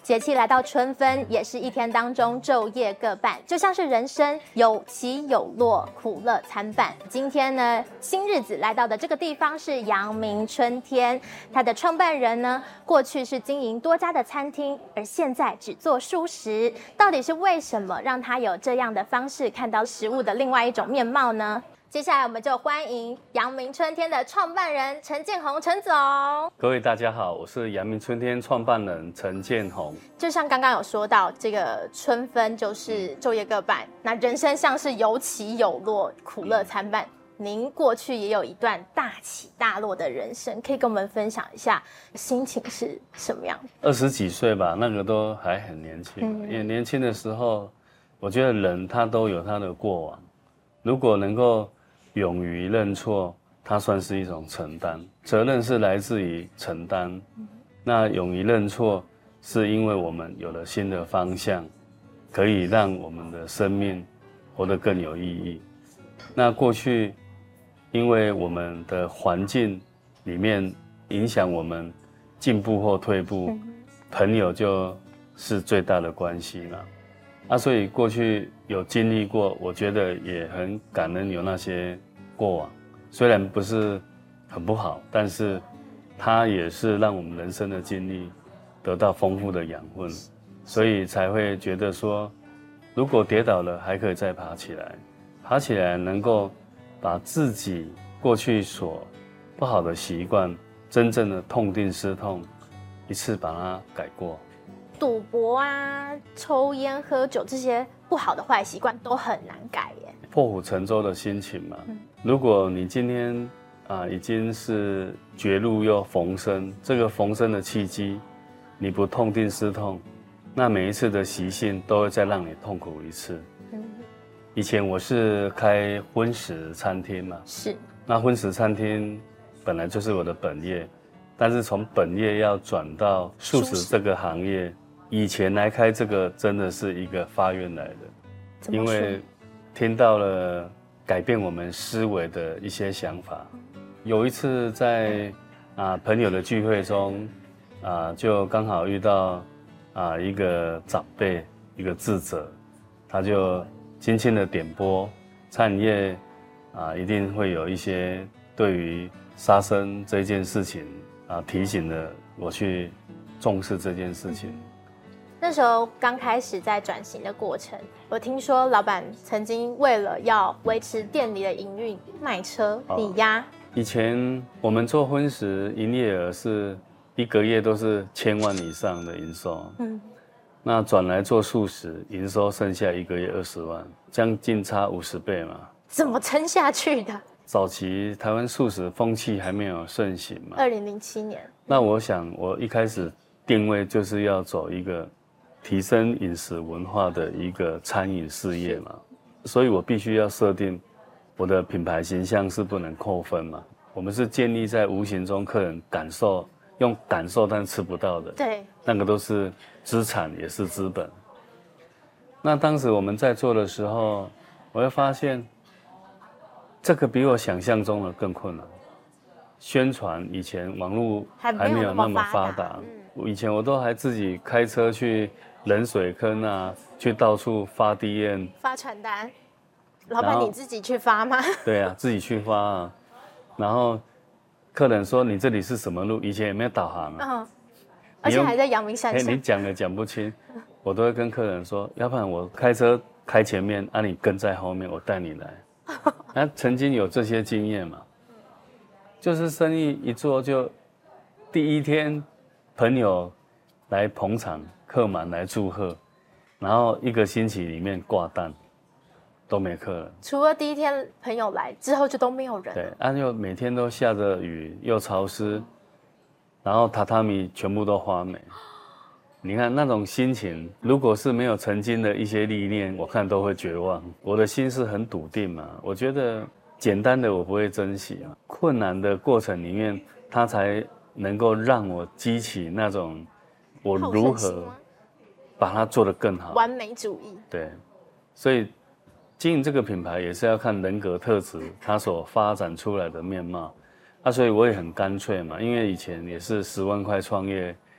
节气来到春分，也是一天当中昼夜各半，就像是人生有起有落，苦乐参半。今天呢，新日子来到的这个地方是阳明春天，它的创办人呢，过去是经营多家的餐厅，而现在只做素食。到底是为什么让他有这样的方式看到食物的另外一种面貌呢？接下来我们就欢迎阳明春天的创办人陈建宏陈总。 各位大家好，我是阳明春天创办人陈建宏。 就像刚刚有说到，这个春分就是昼夜各半，那人生像是有起有落，苦乐参半。您过去也有一段大起大落的人生，可以跟我们分享一下心情是什么样 ？20几岁吧，那个都还很年轻，因为年轻的时候，我觉得人他都有他的过往，如果能够勇于认错，它算是一种承担。责任是来自于承担，那勇于认错，是因为我们有了新的方向，可以让我们的生命活得更有意义。那过去，因为我们的环境里面影响我们进步或退步，朋友就是最大的关系嘛。所以过去有经历过，我觉得也很感恩有那些过往，虽然不是很不好，但是它也是让我们人生的经历得到丰富的养分，所以才会觉得说，如果跌倒了还可以再爬起来，爬起来能够把自己过去所不好的习惯，真正的痛定思痛，一次把它改过。 赌博啊、抽烟、喝酒这些不好的坏习惯都很难改耶。 破釜沉舟的心情嘛。如果你今天已经是绝路又逢生，这个逢生的契机，你不痛定思痛，那每一次的习性都会再让你痛苦一次。以前我是开荤食餐厅嘛， 是。 那荤食餐厅本来就是我的本业，但是从本业要转到素食这个行业，以前来开这个真的是一个发愿来的，因为听到了改变我们思维的一些想法。有一次在朋友的聚会中就刚好遇到一个长辈，一个智者，他就轻轻的点拨餐饮业一定会有一些对于杀生这件事情提醒了我去重视这件事情。 那时候刚开始在转型的过程，我听说老板曾经为了要维持店里的营运，卖车抵押。 以前我们做荤食，营业额是一个月都是1000万以上的营收。那转来做素食，营收剩下一个月20万，将近差50倍嘛。 怎么撑下去的？ 早期台湾素食风气还没有盛行嘛。 2007年。 那我想，我一开始定位就是要走一个提升饮食文化的一个餐饮事业嘛，所以我必须要设定我的品牌形象是不能扣分嘛。我们是建立在无形中客人感受，用感受但吃不到的， 对， 那个都是资产也是资本。那当时我们在做的时候，我会发现这个比我想象中的更困难。宣传以前网络还没有那么发达，以前我都还自己开车去冷水坑去到处发 DM 发传单。老板你自己去发吗？ 对啊，自己去发然后客人说你这里是什么路？以前也没有导航而且还在阳明山上。 你讲了讲不清，我都会跟客人说，要不然我开车开前面，你跟在后面，我带你来。曾经有这些经验嘛。就是生意一做就第一天朋友来捧场，客满来祝贺，然后一个星期里面挂单都没客人。 除了第一天朋友来之后就都没有人。 对，又每天都下着雨又潮湿，然后榻榻米全部都发霉。你看那种心情，如果是没有曾经的一些历练，我看都会绝望。我的心是很笃定嘛，我觉得简单的我不会珍惜困难的过程里面，它才能够让我激起那种我如何把它做得更好。 完美主义。 对，所以经营这个品牌也是要看人格特质，它所发展出来的面貌。所以我也很干脆嘛，因为以前也是10万块创业，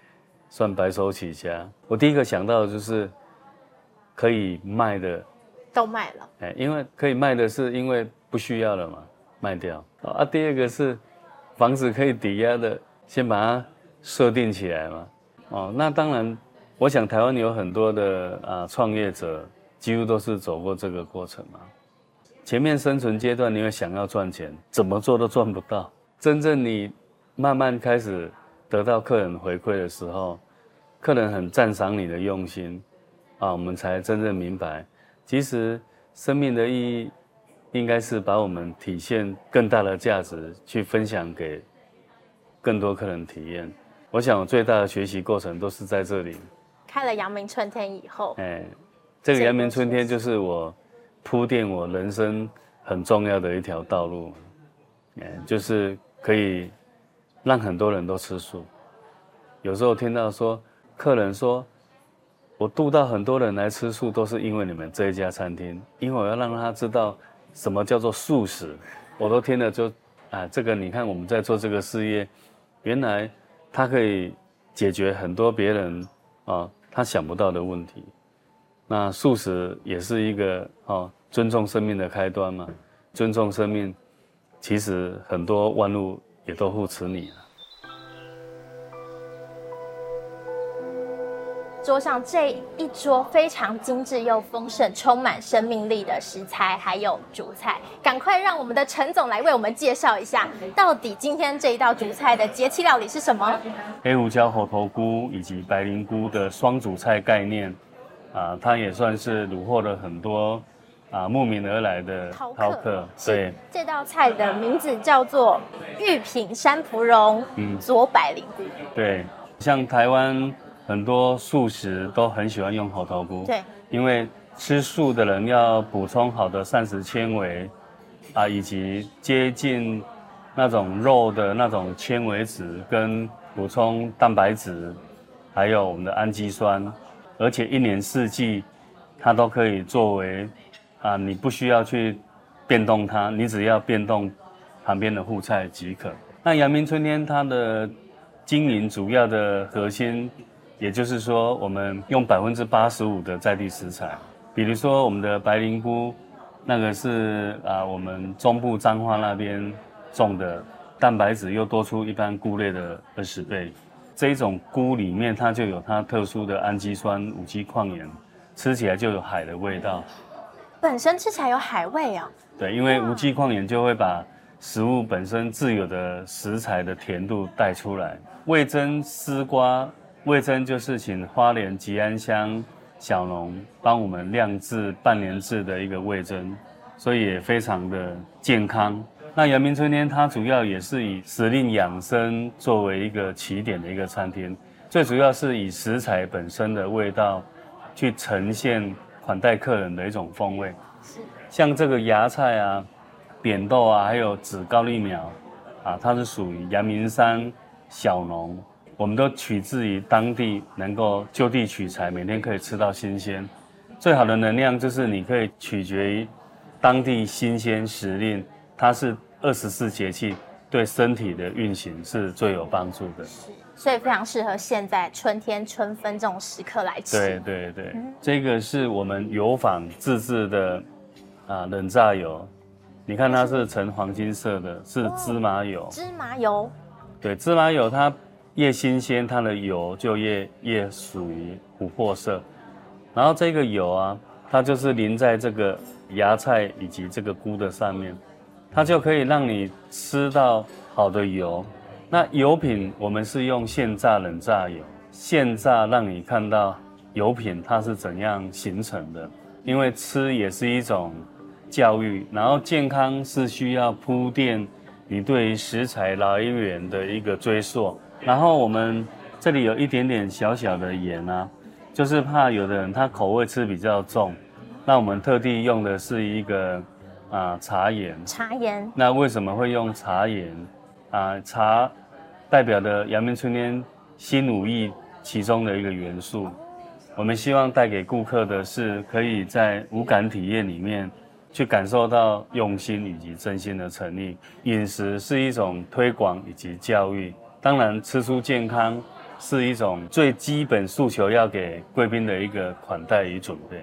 算白手起家。我第一个想到的就是可以卖的都卖了， 因为可以卖的是因为不需要了嘛，卖掉啊。第二个是房子可以抵押的，先把它设定起来嘛。那当然，我想台湾有很多的创业者，几乎都是走过这个过程嘛。前面生存阶段，你会想要赚钱，怎么做都赚不到。真正你慢慢开始得到客人回馈的时候，客人很赞赏你的用心我们才真正明白，其实生命的意义应该是把我们体现更大的价值去分享给更多客人体验。我想我最大的学习过程都是在这里。 开了阳明春天以后， 这个阳明春天就是我铺垫我人生很重要的一条道路，就是可以让很多人都吃素。有时候听到说客人说，我度到很多人来吃素，都是因为你们这一家餐厅，因为我要让他知道什么叫做素食。我都听了就这个你看我们在做这个事业，原来它可以解决很多别人他想不到的问题。那素食也是一个尊重生命的开端嘛。尊重生命，其实很多万物也都护持你了。 桌上这一桌非常精致又丰盛，充满生命力的食材，还有主菜，赶快让我们的陈总来为我们介绍一下，到底今天这一道主菜的节气料理是什么？ 黑胡椒猴头菇以及白灵菇的双主菜概念它也算是虏获了很多慕名而来的饕客。对， 这道菜的名字叫做玉品山芙蓉佐百灵菇。 对，像台湾很多素食都很喜欢用猴头菇， 对， 因为吃素的人要补充好的膳食纤维以及接近那种肉的那种纤维质，跟补充蛋白质，还有我们的氨基酸，而且一年四季它都可以作为你不需要去变动它，你只要变动旁边的副菜即可。那阳明春天它的经营主要的核心，也就是说我们用85%的在地食材，比如说我们的白灵菇，那个是我们中部彰化那边种的，蛋白质又多出一般菇类的20倍。这一种菇里面它就有它特殊的氨基酸、无机矿盐，吃起来就有海的味道。 本身吃起来有海味对，因为无机矿盐就会把食物本身自有的食材的甜度带出来。味噌丝瓜，味噌就是请花莲吉安乡小农帮我们酿制半年制的一个味噌，所以也非常的健康。那阳明春天它主要也是以时令养生作为一个起点的一个餐厅，最主要是以食材本身的味道去呈现款待客人的一种风味。像这个芽菜扁豆还有紫高丽苗它是属于阳明山小农，我们都取自于当地，能够就地取材，每天可以吃到新鲜。最好的能量就是你可以取决于当地新鲜时令，它是24节气，对身体的运行是最有帮助的。 所以非常适合现在春天春分这种时刻来吃。 对对对，这个是我们油坊自制的冷榨油，你看它是呈黄金色的，是芝麻油。 芝麻油。 对，芝麻油它越新鲜，它的油就越属于琥珀色。然后这个油它就是淋在这个芽菜以及这个菇的上面，它就可以让你吃到好的油。那油品我们是用现榨冷榨油，现榨让你看到油品它是怎样形成的。因为吃也是一种教育，然后健康是需要铺垫你对于食材来源的一个追溯。然后我们这里有一点点小小的盐就是怕有的人他口味吃比较重，那我们特地用的是一个茶盐。 茶盐。那为什么会用茶盐茶代表的阳明春天心五艺其中的一个元素。我们希望带给顾客的是可以在无感体验里面去感受到用心以及真心的诚意。饮食是一种推广以及教育，当然吃出健康是一种最基本诉求要给贵宾的一个款待与准备。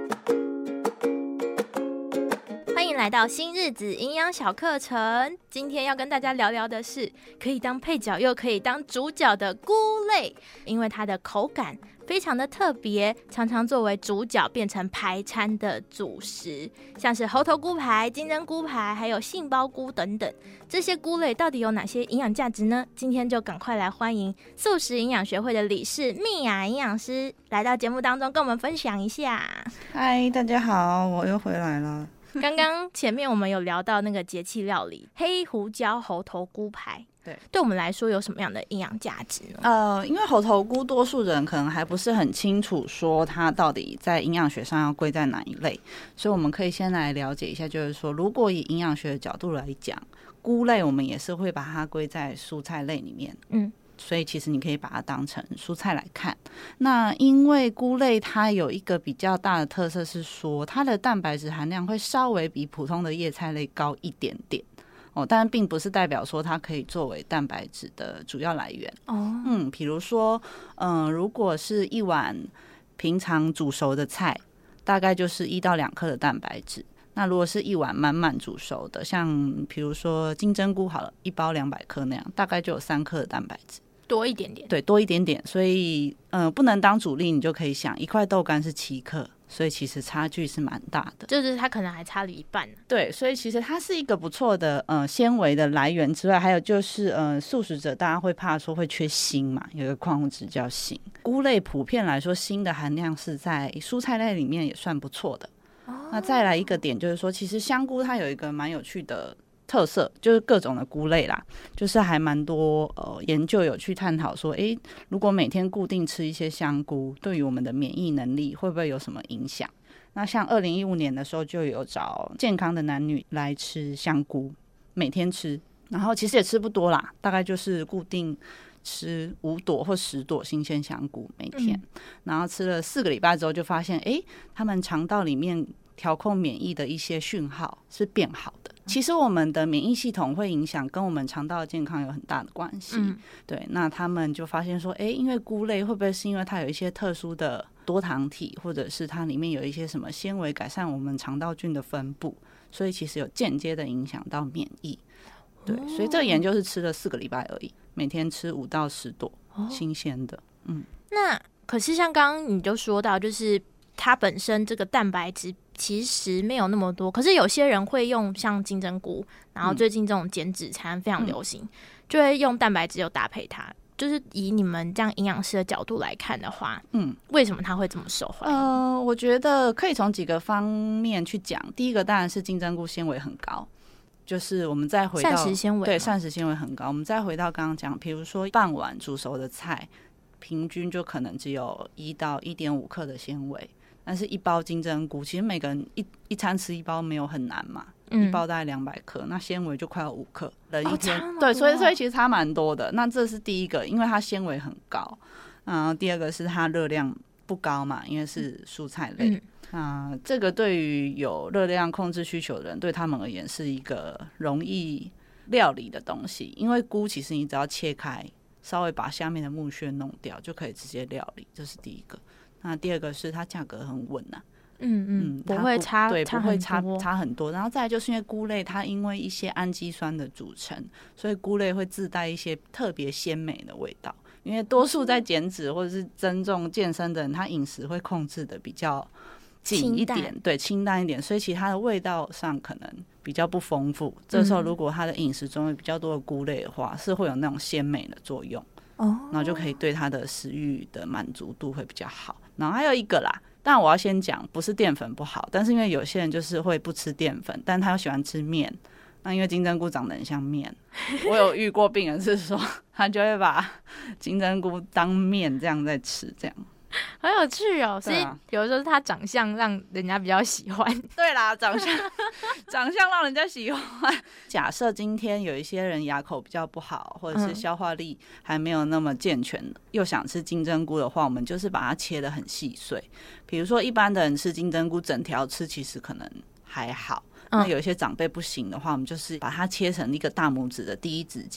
欢迎来到新日子营养小课程。今天要跟大家聊聊的是可以当配角又可以当主角的菇类，因为它的口感非常的特别，常常作为主角变成排餐的主食，像是猴头菇排、金针菇排，还有杏鲍菇等等。这些菇类到底有哪些营养价值呢？今天就赶快来欢迎素食营养学会的理事蜜雅营养师来到节目当中跟我们分享一下。 嗨，大家好，我又回来了。 刚刚前面我们有聊到那个节气料理黑胡椒猴头菇排，对我们来说有什么样的营养价值呢？ 因为猴头菇多数人可能还不是很清楚说它到底在营养学上要归在哪一类，所以我们可以先来了解一下，就是说如果以营养学的角度来讲，菇类我们也是会把它归在蔬菜类里面，所以其实你可以把它当成蔬菜来看。那因为菇类它有一个比较大的特色是说，它的蛋白质含量会稍微比普通的叶菜类高一点点但并不是代表说它可以作为蛋白质的主要来源比如说如果是一碗平常煮熟的菜，大概就是1到2克的蛋白质。那如果是一碗满满煮熟的，像比如说金针菇好了，一包200克那样，大概就有3克的蛋白质， 多一点点， 对，多一点点。所以不能当主力，你就可以想，一块豆干是7克，所以其实差距是蛮大的， 就是它可能还差了一半。 对，所以其实它是一个不错的纤维的来源之外，还有就是素食者大家会怕说会缺锌嘛，有一个矿物质叫锌。菇类普遍来说锌的含量是在蔬菜类里面也算不错的。那再来一个点就是说，其实香菇它有一个蛮有趣的特色，就是各种的菇类啦，就是还蛮多研究有去探讨说，如果每天固定吃一些香菇，对于我们的免疫能力会不会有什么影响？那像2015年的时候就有找健康的男女来吃香菇，每天吃，然后其实也吃不多啦，大概就是固定吃5朵或10朵新鲜香菇每天，然后吃了4个礼拜之后就发现他们肠道里面调控免疫的一些讯号是变好的。其实我们的免疫系统会影响跟我们肠道的健康有很大的关系，对，那他们就发现说因为菇类会不会是因为它有一些特殊的多糖体，或者是它里面有一些什么纤维改善我们肠道菌的分布，所以其实有间接的影响到免疫。对，所以这个研究是吃了4个礼拜而已，每天吃5到10朵新鲜的。 那可是像刚刚你就说到，就是它本身这个蛋白质其实没有那么多，可是有些人会用像金针菇，然后最近这种减脂餐非常流行，就会用蛋白质又搭配它。就是以你们这样营养师的角度来看的话，为什么它会这么受欢迎？ 我觉得可以从几个方面去讲。第一个当然是金针菇纤维很高，就是我们再回到膳食纤维， 对，膳食纤维很高。我们再回到刚刚讲，比如说半碗煮熟的菜，平均就可能只有1到1.5克的纤维。但是一包金针菇，其实每个人一餐吃一包没有很难嘛，一包大概200克，那纤维就快要5克，人一天，对，所以其实差蛮多的。那这是第一个，因为它纤维很高。第二个是它热量不高嘛，因为是蔬菜类。这个对于有热量控制需求的人，对他们而言是一个容易料理的东西，因为菇其实你只要切开，稍微把下面的木屑弄掉，就可以直接料理，这是第一个。那第二个是它价格很稳啊， 不会差， 对，不会差很多。然后再来就是因为菇类它因为一些氨基酸的组成，所以菇类会自带一些特别鲜美的味道。因为多数在减脂或者是增重健身的人，他饮食会控制的比较紧一点，对，清淡一点，所以其实它的味道上可能比较不丰富。这时候如果它的饮食中有比较多的菇类的话，是会有那种鲜美的作用。然后就可以对它的食欲的满足度会比较好。然后还有一个啦，当然我要先讲，不是淀粉不好，但是因为有些人就是会不吃淀粉，但他又喜欢吃面。那因为金针菇长得很像面，我有遇过病人是说，他就会把金针菇当面这样在吃，这样。 很有趣哦，所以有的时候是他长相让人家比较喜欢。 对啦，长相让人家喜欢。假设今天有一些人牙口比较不好，或者是消化力还没有那么健全，又想吃金针菇的话，我们就是把它切得很细碎。比如说一般的人吃金针菇整条吃，其实可能还好。那有一些长辈不行的话，我们就是把它切成一个大拇指的第一指节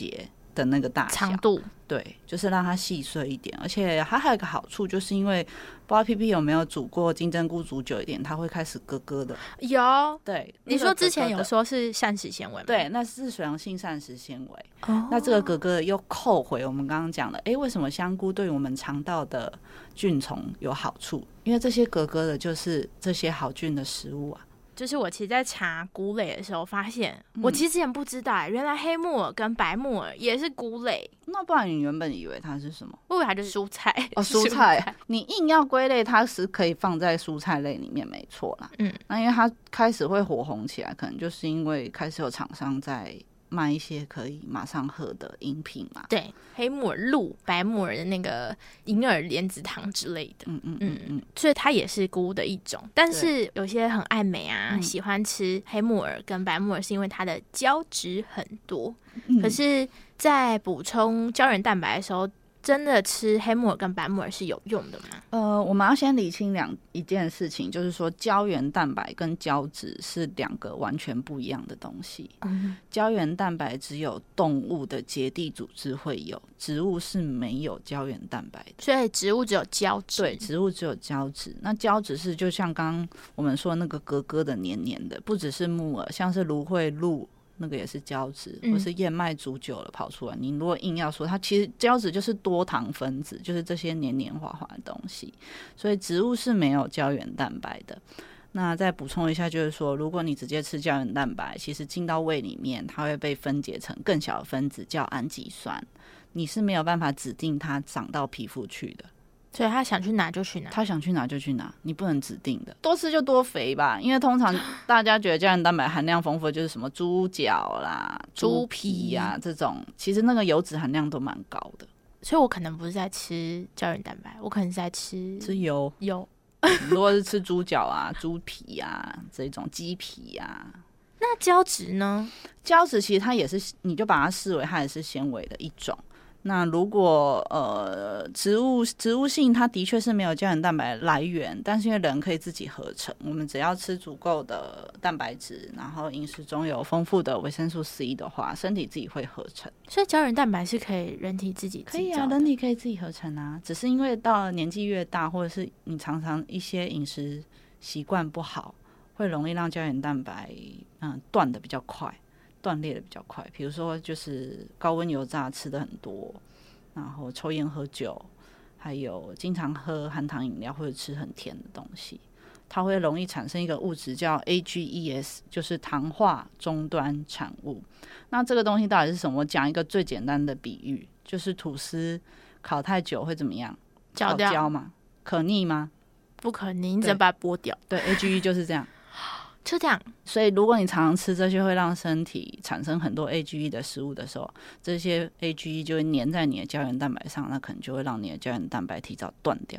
的那个大小长度， 对，就是让它细碎一点。而且它还有一个好处，就是因为不知道 PP 有没有煮过金针菇煮久一点，它会开始咯咯的。 有， 对， 你说之前有说是膳食纤维吗？ 对，那是水溶性膳食纤维。那这个咯咯的又扣回我们刚刚讲的，为什么香菇对于我们肠道的菌虫有好处？因为这些咯咯的就是这些好菌的食物啊。 就是我其实在查菇类的时候发现，我其实之前不知道原来黑木耳跟白木耳也是菇类。 那不然你原本以为它是什么？ 我以为它就是蔬菜。 蔬菜，你硬要归类，它是可以放在蔬菜类里面，没错啦。那因为它开始会火红起来，可能就是因为开始有厂商在卖一些可以马上喝的饮品嘛。 对，黑木耳露、白木耳的那个银耳莲子汤之类的。所以它也是菇的一种。但是有些很爱美啊，喜欢吃黑木耳跟白木耳，是因为它的胶质很多。可是，在补充胶原蛋白的时候，真的吃黑木耳跟白木耳是有用的吗？ 我们要先理清一件事情，就是说胶原蛋白跟胶质是两个完全不一样的东西。胶原蛋白只有动物的结缔组织会有，植物是没有胶原蛋白的。 所以植物只有胶质。 对，植物只有胶质。那胶质是就像刚刚我们说那个咯咯的黏黏的，不只是木耳，像是芦荟露。那个也是胶质，或是燕麦煮久了跑出来。你如果硬要说它，其实胶质就是多糖分子，就是这些黏黏滑滑的东西。所以植物是没有胶原蛋白的。那再补充一下，就是说，如果你直接吃胶原蛋白，其实进到胃里面，它会被分解成更小的分子，叫氨基酸。你是没有办法指定它长到皮肤去的。 所以他想去哪就去哪， 他想去哪就去哪，你不能指定的。多吃就多肥吧，因为通常大家觉得胶原蛋白含量丰富的就是什么猪脚啦、猪皮呀这种，其实那个油脂含量都蛮高的。 所以我可能不是在吃胶原蛋白，我可能是在吃油。如果是吃猪脚啊、猪皮啊这种鸡皮啊， 那胶质呢？ 胶质其实它也是，你就把它视为它也是纤维的一种。那如果植物性它的确是没有胶原蛋白的来源，但是因为人可以自己合成，我们只要吃足够的蛋白质，然后饮食中有丰富的维生素 C 的话，身体自己会合成。 所以胶原蛋白是可以人体自己制造的？ 可以啊，人体可以自己合成啊，只是因为到了年纪越大，或者是你常常一些饮食习惯不好，会容易让胶原蛋白断的比较快。断裂的比较快，比如说就是高温油炸吃的很多，然后抽烟喝酒，还有经常喝含糖饮料或者吃很甜的东西，它会容易产生一个物质叫 AGEs， 就是糖化终端产物。那这个东西到底是什么？我讲一个最简单的比喻，就是吐司烤太久会怎么样？ 焦掉。 烤焦吗？可逆吗？ 不可逆，你只能把它剥掉。 对 ，AGE 就是这样。 就这样， 所以如果你常常吃这些会让身体产生很多 AGE 的食物的时候，这些 AGE 就会粘在你的胶原蛋白上，那可能就会让你的胶原蛋白提早断掉。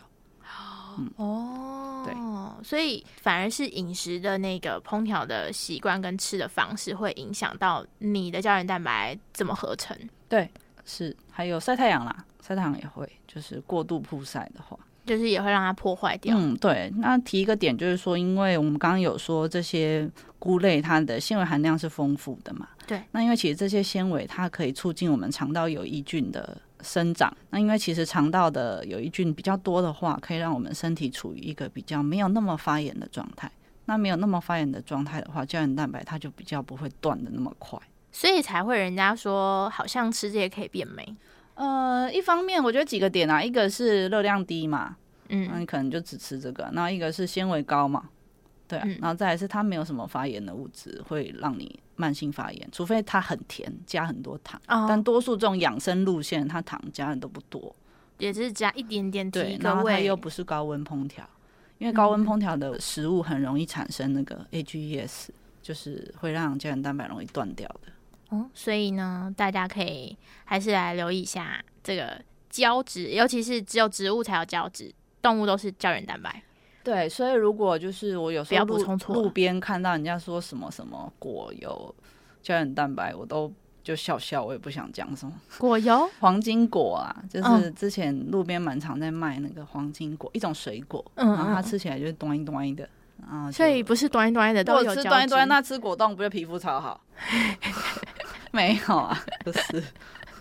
对，所以反而是饮食的那个烹调的习惯跟吃的方式会影响到你的胶原蛋白怎么合成。 对，是，还有晒太阳啦，晒太阳也会，就是过度曝晒的话。 就是也会让它破坏掉。 对。那提一个点就是说，因为我们刚刚有说这些菇类它的纤维含量是丰富的嘛， 对。 那因为其实这些纤维它可以促进我们肠道有益菌的生长。那因为其实肠道的有益菌比较多的话，可以让我们身体处于一个比较没有那么发炎的状态。那没有那么发炎的状态的话，胶原蛋白它就比较不会断的那么快。 所以才会人家说，好像吃这些可以变美。 一方面我觉得几个点啊，一个是热量低嘛，那你可能就只吃这个，那一个是纤维高嘛，对啊，然后再来是它没有什么发炎的物质会让你慢性发炎，除非它很甜加很多糖，但多数这种养生路线它糖加的都不多， 也只是加一点点提个味， 然后它又不是高温烹调，因为高温烹调的食物很容易产生那个 AGEs， 就是会让胶原蛋白容易断掉的。 所以呢，大家可以还是来留意一下这个胶质，尤其是只有植物才有胶质，动物都是胶原蛋白。 对，所以如果就是我有时候路边看到人家说什么什么果有胶原蛋白，我都就笑笑，我也不想讲什么。 果油， 黄金果啊，就是之前路边蛮常在卖那个黄金果，一种水果，然后它吃起来就是端一端的。 所以不是端一端的都有胶质。 如果吃端一端，那吃果冻不就皮肤超好？没有啊，不是。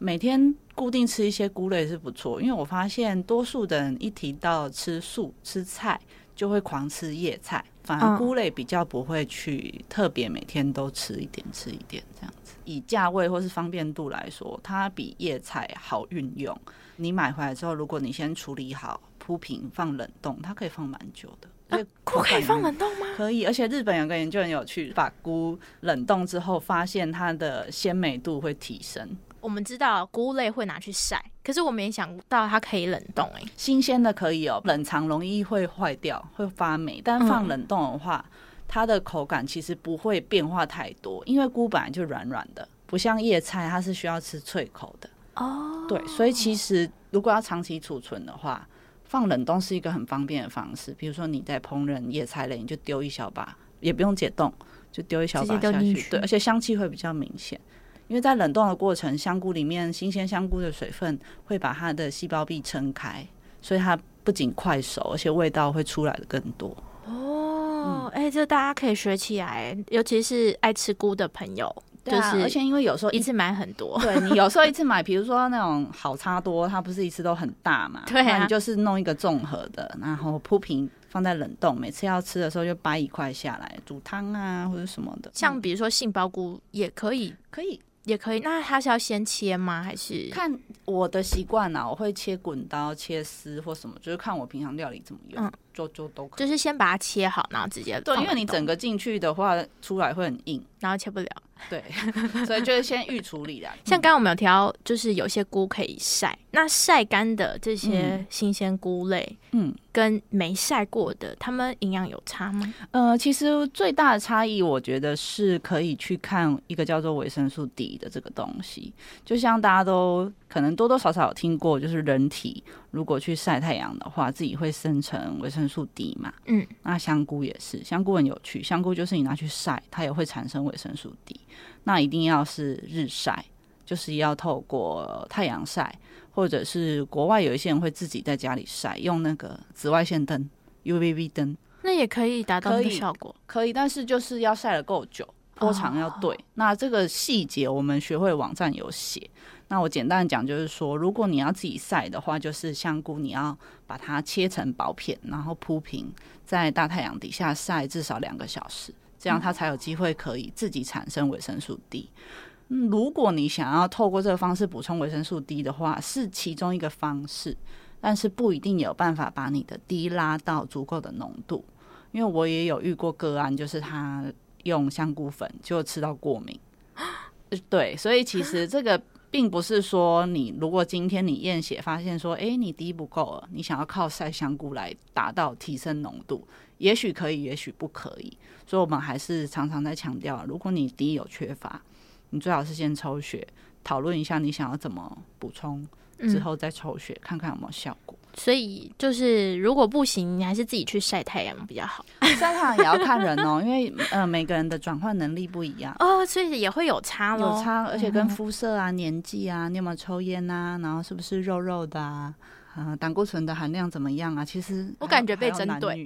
每天固定吃一些菇类是不错，因为我发现多数的人一提到吃素吃菜就会狂吃叶菜，反而菇类比较不会去特别每天都吃一点这样子。以价位或是方便度来说，它比叶菜好运用。你买回来之后，如果你先处理好铺平放冷冻，它可以放蛮久的。 菇可以放冷冻吗？ 可以，而且日本有个研究很有趣，把菇冷冻之后，发现它的鲜美度会提升。 我们知道菇类会拿去晒，可是我没想到它可以冷冻。 新鲜的可以哦，冷藏容易会坏掉，会发霉，但放冷冻的话，它的口感其实不会变化太多，因为菇本来就软软的，不像叶菜它是需要吃脆口的。对，所以其实如果要长期储存的话，放冷冻是一个很方便的方式。比如说你在烹饪叶菜类，你就丢一小把，也不用解冻，就丢一小把下去。对，而且香气会比较明显，因为在冷冻的过程，香菇里面新鲜香菇的水分会把它的细胞壁撑开，所以它不仅快熟，而且味道会出来的更多。 这大家可以学起来，尤其是爱吃菇的朋友。 对啊，而且因为有时候一次买很多， 对，你有时候一次买，比如说那种好差多，它不是一次都很大嘛？ 对啊， 那你就是弄一个综合的，然后铺平放在冷冻，每次要吃的时候就掰一块下来煮汤啊或者什么的。 像比如说杏鲍菇也可以，也可以。那它是要先切吗？还是看我的习惯啊？我会切滚刀、切丝或什么，就是看我平常料理怎么用，就都可以。 就是先把它切好，然后直接对，因为你整个进去的话，出来会很硬， 然后切不了。 对，所以就是先预处理啦。 像刚刚我们有提到，就是有些菇可以晒，那晒干的这些新鲜菇类，跟没晒过的，它们营养有差吗？ 其实最大的差异，我觉得是可以去看一个叫做维生素 D 的这个东西。就像大家都可能多多少少有听过，就是人体如果去晒太阳的话，自己会生成维生素 D 嘛。那香菇也是，香菇很有趣，香菇就是你拿去晒，它也会产生维生素 D。那一定要是日晒，就是要透过太阳晒，或者是国外有一些人会自己在家里晒，用那个紫外线灯 UVB 灯， 那也可以达到那个效果。 可以，但是就是要晒得够久，波长要对。那这个细节我们学会网站有写。那我简单讲就是说，如果你要自己晒的话，就是香菇你要把它切成薄片，然后铺平，在大太阳底下晒至少2个小时。这样它才有机会可以自己产生维生素 D。如果你想要透过这个方式补充维生素 D 的话，是其中一个方式，但是不一定有办法把你的 D 拉到足够的浓度。因为我也有遇过个案，就是他用香菇粉就吃到过敏。对，所以其实这个并不是说你如果今天你验血发现说你 D 不够了，你想要靠晒香菇来达到提升浓度，也许可以也许不可以。所以我们还是常常在强调，如果你 D 有缺乏，你最好是先抽血讨论一下你想要怎么补充，之后再抽血看看有没有效果。 所以就是如果不行，你还是自己去晒太阳比较好。 晒太阳也要看人哦，因为每个人的转换能力不一样所以也会有差咯。 有差，而且跟肤色啊、年纪啊、你有没有抽烟啊，然后是不是肉肉的啊，胆固醇的含量怎么样啊？其实我感觉被针对，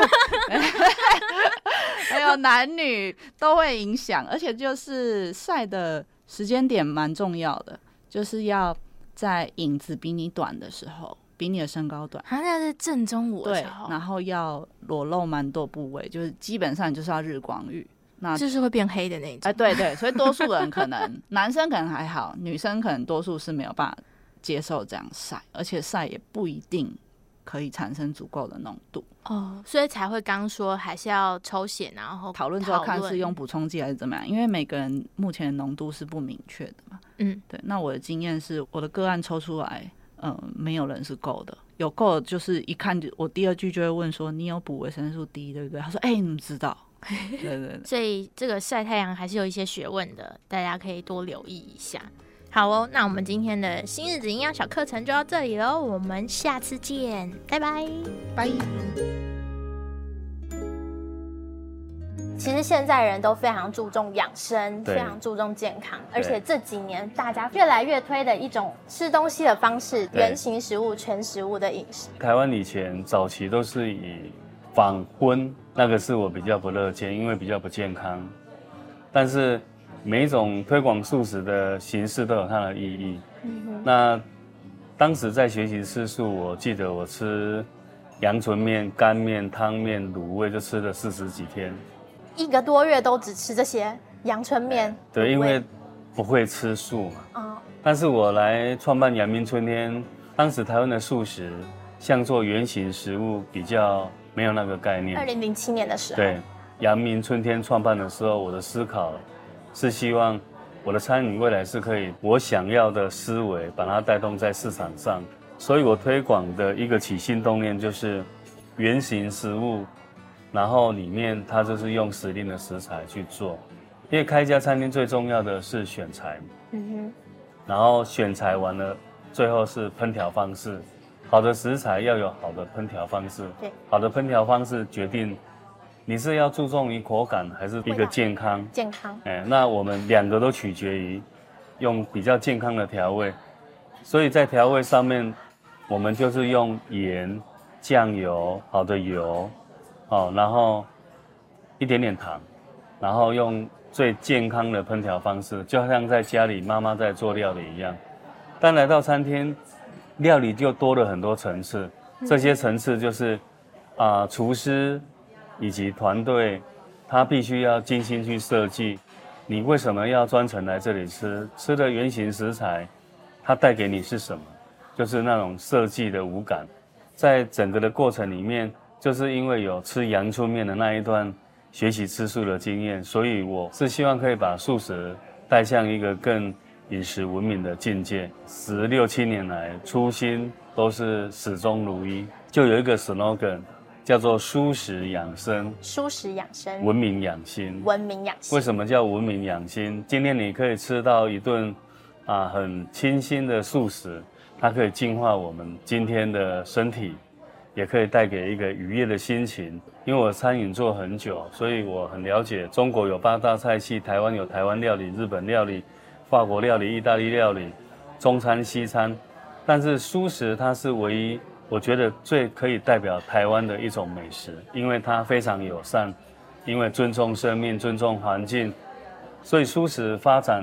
还有男女都会影响，而且就是晒的时间点蛮重要的，就是要在影子比你短的时候。比你的身高短， 那是正中午的时候， 对，然后要裸露蛮多部位，就是基本上就是要日光浴，那就是会变黑的那种。 对对，所以多数人可能男生可能还好，女生可能多数是没有办法接受这样晒，而且晒也不一定可以产生足够的浓度所以才会刚说还是要抽血，然后讨论之后看是用补充剂还是怎么样，因为每个人目前的浓度是不明确的嘛。对，那我的经验是我的个案抽出来。没有人是够的，有够的就是一看我第二句就会问说你有补维生素 D 对不对？他说你怎么知道？对对对， 所以这个晒太阳还是有一些学问的，大家可以多留意一下。好那我们今天的新日子营养小课程就到这里了，我们下次见，拜拜拜。 其实现在人都非常注重养生，非常注重健康，而且这几年大家越来越推的一种吃东西的方式，原型食物、全食物的饮食。 台湾以前早期都是以仿荤，那个是我比较不乐见，因为比较不健康。但是每一种推广素食的形式都有它的意义。 那当时在学习吃素，我记得我吃阳春面、干面、汤面、卤味，就吃了40几天 ，1个多月都只吃这些阳春面。 对，因为不会吃素嘛。但是我来创办阳明春天，当时台湾的素食像做原型食物比较没有那个概念。 2007年的时候， 对，阳明春天创办的时候，我的思考是希望我的餐饮未来是可以我想要的思维把它带动在市场上，所以我推广的一个起心动念就是原型食物，然后里面它就是用时令的食材去做，因为开一家餐厅最重要的是选材。然后选材完了，最后是烹调方式。好的食材要有好的烹调方式， 对， 好的烹调方式决定你是要注重于口感还是一个健康。 健康， 那我们2个都取决于用比较健康的调味，所以在调味上面，我们就是用盐、酱油、好的油，然后一点点糖，然后用最健康的烹调方式，就像在家里妈妈在做料理一样。但来到餐厅，料理就多了很多层次，这些层次就是厨师以及团队，他必须要精心去设计。你为什么要专程来这里吃？吃的原型食材，它带给你是什么？就是那种设计的五感。在整个的过程里面，就是因为有吃阳春面的那一段学习吃素的经验，所以我是希望可以把素食带向一个更饮食文明的境界。16、7年来，初心都是始终如一。就有一个 slogan， 叫做蔬食养生， 蔬食养生， 文明养心。 文明养心。 为什么叫文明养心？今天你可以吃到一顿很清新的素食，它可以净化我们今天的身体，也可以带给一个愉悦的心情。因为我餐饮做很久，所以我很了解中国有8大菜系，台湾有台湾料理、日本料理、法国料理、意大利料理、中餐、西餐。但是蔬食它是唯一我觉得最可以代表台湾的一种美食，因为它非常友善，因为尊重生命、尊重环境，所以蔬食发展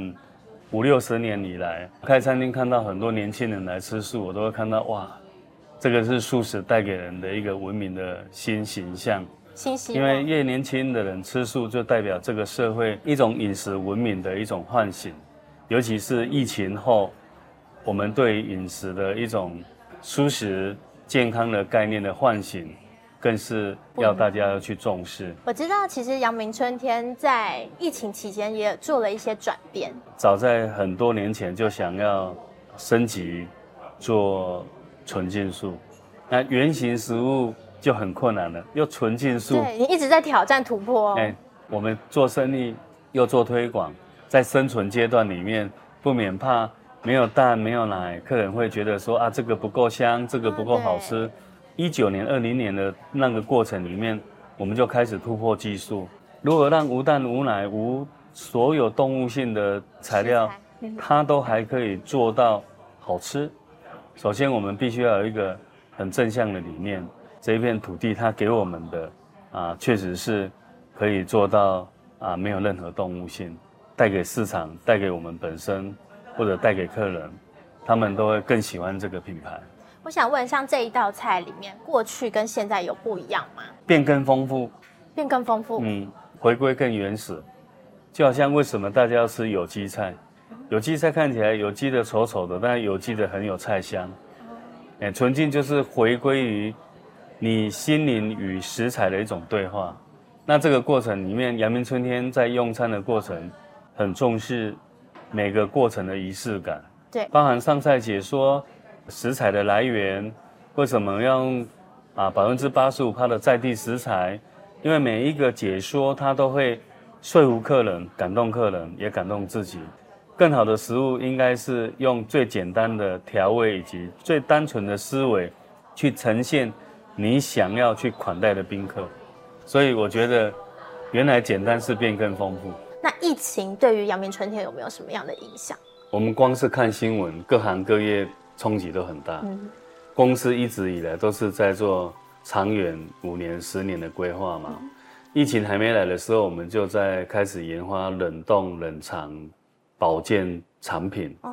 50、60年以来，开餐厅看到很多年轻人来吃素，我都会看到哇，这个是素食带给人的一个文明的新形象。 新希望。 因为越年轻的人吃素，就代表这个社会一种饮食文明的一种唤醒，尤其是疫情后，我们对饮食的一种蔬食健康的概念的唤醒，更是要大家要去重视。 我知道，其实阳明春天在疫情期间也做了一些转变。 早在很多年前就想要升级做纯净素，那原型食物就很困难了，又纯净素。 对，你一直在挑战突破。 我们做生意又做推广，在生存阶段里面，不免怕没有蛋没有奶，客人会觉得说这个不够香，这个不够好吃。19年、20年的那个过程里面，我们就开始突破技术，如何让无蛋无奶无所有动物性的材料，它都还可以做到好吃。首先，我们必须要有一个很正向的理念，这一片土地它给我们的确实是可以做到没有任何动物性，带给市场、带给我们本身，或者带给客人，他们都会更喜欢这个品牌。 我想问，像这一道菜里面，过去跟现在有不一样吗？ 变更丰富， 变更丰富。 回归更原始。就好像为什么大家要吃有机菜？有机菜看起来有机的丑丑的，但是有机的很有菜香。纯净就是回归于你心灵与食材的一种对话。那这个过程里面，阳明春天在用餐的过程很重视每个过程的仪式感， 对， 包含上菜解说食材的来源，为什么要用85%的在地食材？因为每一个解说它都会说服客人、感动客人，也感动自己。更好的食物应该是用最简单的调味以及最单纯的思维去呈现你想要去款待的宾客。所以我觉得原来简单是变更丰富。 那疫情对于阳明春天有没有什么样的影响？ 我们光是看新闻，各行各业冲击都很大。公司一直以来都是在做长远5年、10年的规划嘛。疫情还没来的时候，我们就在开始研发冷冻、冷藏保健产品。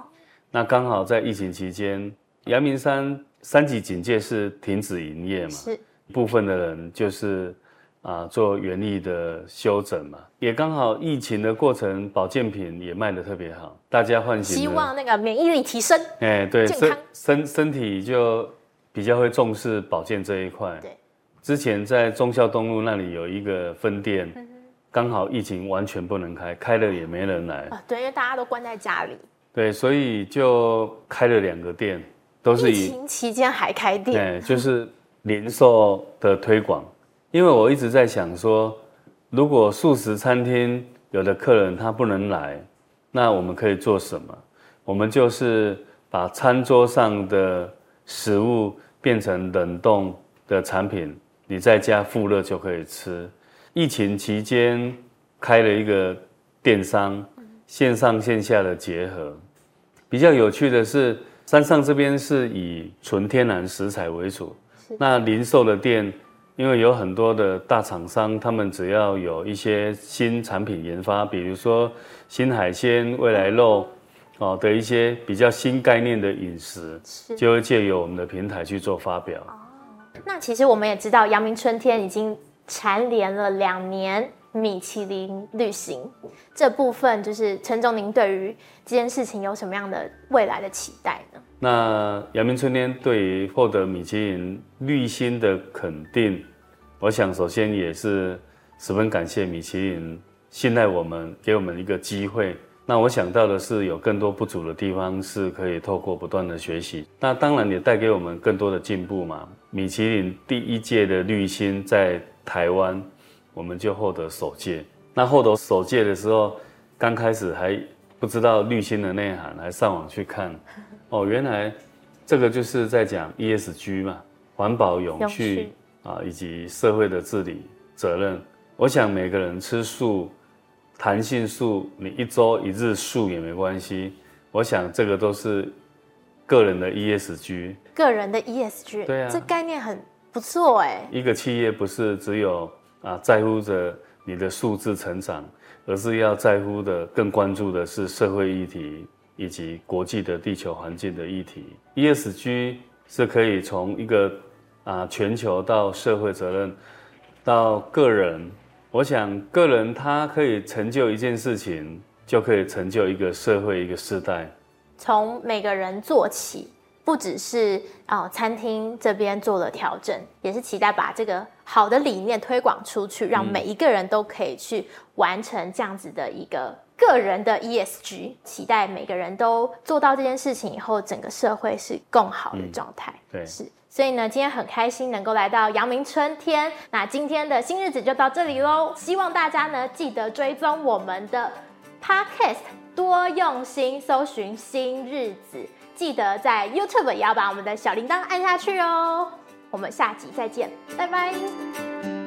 那刚好在疫情期间，阳明山3级警戒是停止营业嘛， 是部分的人就是做园艺的修整嘛，也刚好疫情的过程，保健品也卖得特别好，大家唤醒了希望那个免疫力提升， 对， 健康身体就比较会重视保健这一块。 对， 之前在忠孝东路那里有一个分店，刚好疫情完全不能开，开了也没人来。 对，因为大家都关在家里。 对，所以就开了2个店，都是疫情期间还开店， 就是零售的推广。因为我一直在想说，如果素食餐厅有的客人他不能来，那我们可以做什么？我们就是把餐桌上的食物变成冷冻的产品，你在家复热就可以吃。疫情期间开了一个电商，线上线下的结合。比较有趣的是，山上这边是以纯天然食材为主，那零售的店，因为有很多的大厂商，他们只要有一些新产品研发，比如说新海鲜、未来肉的一些比较新概念的饮食，就会借由我们的平台去做发表。 那其实我们也知道，阳明春天已经蝉联了2年米其林绿星，这部分就是陈总，您对于这件事情有什么样的未来的期待呢？ 那阳明春天对于获得米其林绿星的肯定，我想首先也是十分感谢米其林信赖我们，给我们一个机会。那我想到的是，有更多不足的地方是可以透过不断的学习。那当然也带给我们更多的进步嘛。米其林第1届的绿星在台湾，我们就获得首届。那获得首届的时候，刚开始还不知道绿星的内涵，还上网去看，原来这个就是在讲 ESG 嘛，环保永续以及社会的治理责任。我想每个人吃素。弹性素，你1周1日素也没关系。我想这个都是个人的 ESG。 个人的 ESG， 对啊， 这概念很不错哎。 一个企业不是只有在乎着你的数字成长，而是要在乎的更关注的是社会议题以及国际的地球环境的议题。ESG 是可以从一个全球到社会责任到个人。我想个人他可以成就一件事情，就可以成就一个社会、一个世代。 从每个人做起，不只是餐厅这边做了调整，也是期待把这个好的理念推广出去，让每一个人都可以去完成这样子的一个个人的 ESG。期待每个人都做到这件事情以后，整个社会是更好的状态。 对， 是。所以呢，今天很开心能够来到阳明春天。那今天的新日子就到这里咯，希望大家呢记得追踪我们的 Podcast， 多用心搜寻新日子，记得在 YouTube 也要把我们的小铃铛按下去哦。我们下集再见，拜拜。